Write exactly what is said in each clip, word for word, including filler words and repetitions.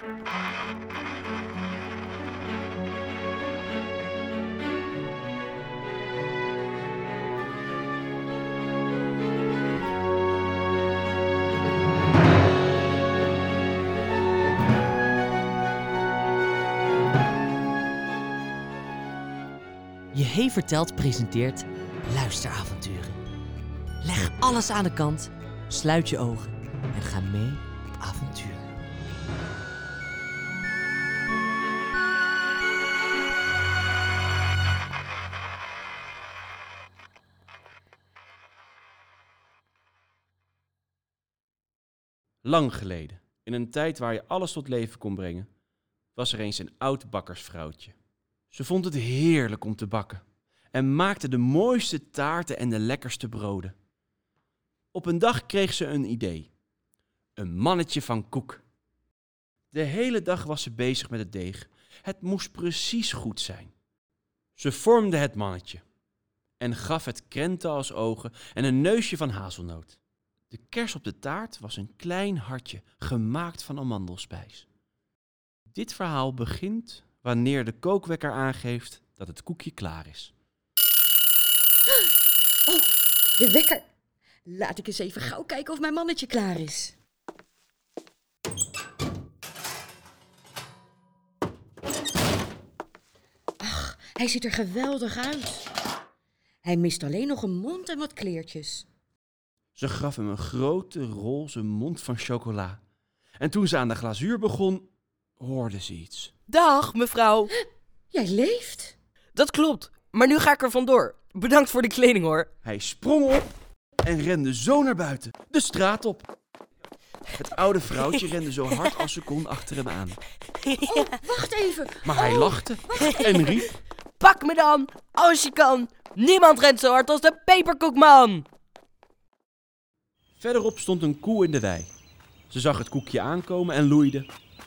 Je Hey Vertelt presenteert luisteravonturen. Leg alles aan de kant, sluit je ogen en ga mee op avontuur. Lang geleden, in een tijd waar je alles tot leven kon brengen, was er eens een oud bakkersvrouwtje. Ze vond het heerlijk om te bakken en maakte de mooiste taarten en de lekkerste broden. Op een dag kreeg ze een idee. Een mannetje van koek. De hele dag was ze bezig met het deeg. Het moest precies goed zijn. Ze vormde het mannetje en gaf het krenten als ogen en een neusje van hazelnoot. De kers op de taart was een klein hartje, gemaakt van amandelspijs. Dit verhaal begint wanneer de kookwekker aangeeft dat het koekje klaar is. Oh, de wekker. Laat ik eens even gauw kijken of mijn mannetje klaar is. Ach, hij ziet er geweldig uit. Hij mist alleen nog een mond en wat kleertjes. Ze gaf hem een grote roze mond van chocola. En toen ze aan de glazuur begon, hoorde ze iets. Dag, mevrouw. Jij leeft? Dat klopt, maar nu ga ik er vandoor. Bedankt voor de kleding, hoor. Hij sprong op en rende zo naar buiten, de straat op. Het oude vrouwtje rende zo hard als ze kon achter hem aan. Oh, wacht even. Maar hij lachte en riep: Pak me dan, als je kan. Niemand rent zo hard als de peperkoekman. Verderop stond een koe in de wei. Ze zag het koekje aankomen en loeide.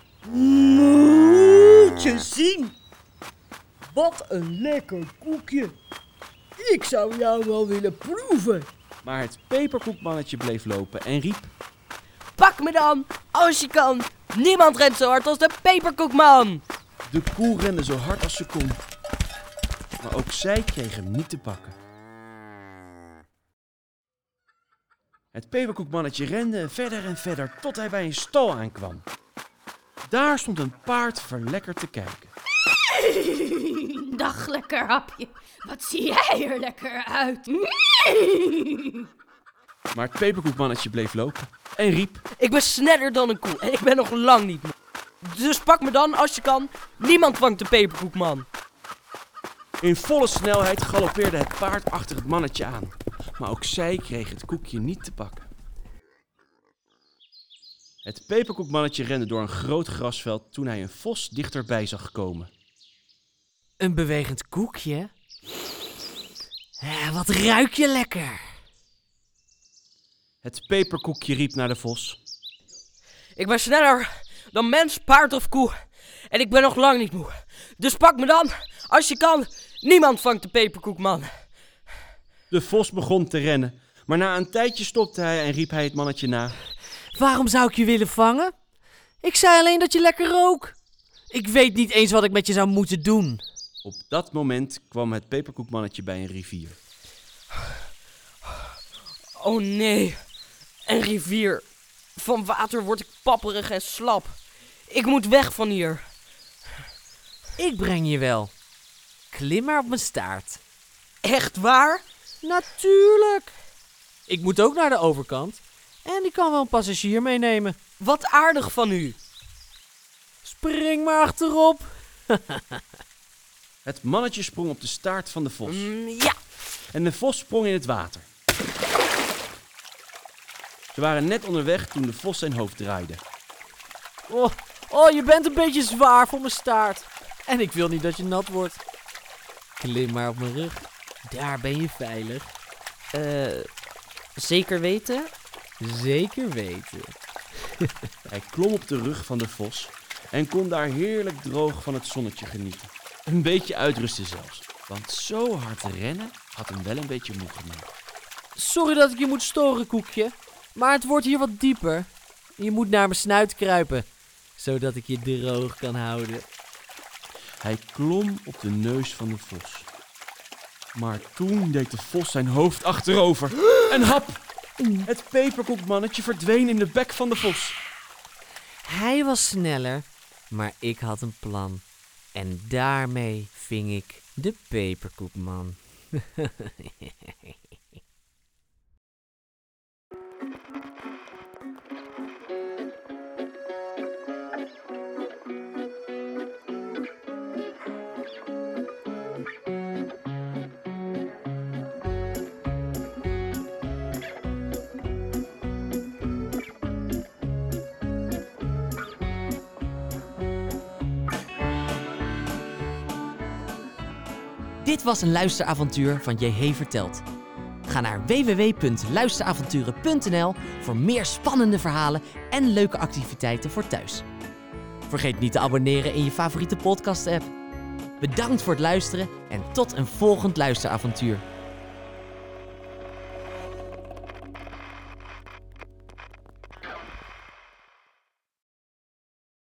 Moet je zien. Wat een lekker koekje. Ik zou jou wel willen proeven. Maar het peperkoekmannetje bleef lopen en riep: Pak me dan, als je kan. Niemand rent zo hard als de peperkoekman. De koe rende zo hard als ze kon. Maar ook zij kreeg hem niet te pakken. Het peperkoekmannetje rende verder en verder tot hij bij een stal aankwam. Daar stond een paard verlekkerd te kijken. Dag, lekker hapje. Wat zie jij er lekker uit. Maar het peperkoekmannetje bleef lopen en riep: Ik ben sneller dan een koe en ik ben nog lang niet moe. Dus pak me dan, als je kan. Niemand vangt de peperkoekman. In volle snelheid galoppeerde het paard achter het mannetje aan. Maar ook zij kreeg het koekje niet te pakken. Het peperkoekmannetje rende door een groot grasveld toen hij een vos dichterbij zag komen. Een bewegend koekje? Eh, wat ruik je lekker! Het peperkoekje riep naar de vos: Ik ben sneller dan mens, paard of koe. En ik ben nog lang niet moe. Dus pak me dan, als je kan. Niemand vangt de peperkoekman. De vos begon te rennen, maar na een tijdje stopte hij en riep hij het mannetje na: Waarom zou ik je willen vangen? Ik zei alleen dat je lekker rook. Ik weet niet eens wat ik met je zou moeten doen. Op dat moment kwam het peperkoekmannetje bij een rivier. Oh nee, een rivier. Van water word ik papperig en slap. Ik moet weg van hier. Ik breng je wel. Klim maar op mijn staart. Echt waar? Natuurlijk. Ik moet ook naar de overkant. En ik kan wel een passagier meenemen. Wat aardig van u. Spring maar achterop. Het mannetje sprong op de staart van de vos. Mm, ja. En de vos sprong in het water. Ze waren net onderweg toen de vos zijn hoofd draaide. Oh, oh, je bent een beetje zwaar voor mijn staart. En ik wil niet dat je nat wordt. Klim maar op mijn rug. Daar ben je veilig. Eh, zeker weten? Zeker weten. Hij klom op de rug van de vos en kon daar heerlijk droog van het zonnetje genieten. Een beetje uitrusten zelfs, want zo hard rennen had hem wel een beetje moe gemaakt. Sorry dat ik je moet storen, koekje. Maar het wordt hier wat dieper. Je moet naar mijn snuit kruipen. zodat ik je droog kan houden. Hij klom op de neus van de vos. Maar toen deed de vos zijn hoofd achterover. En hap! Het peperkoekmannetje verdween in de bek van de vos. Hij was sneller, maar ik had een plan. En daarmee ving ik de peperkoekman. Dit was een luisteravontuur van J H Vertelt. Ga naar w w w punt luisteravonturen punt n l voor meer spannende verhalen en leuke activiteiten voor thuis. Vergeet niet te abonneren in je favoriete podcast-app. Bedankt voor het luisteren en tot een volgend luisteravontuur.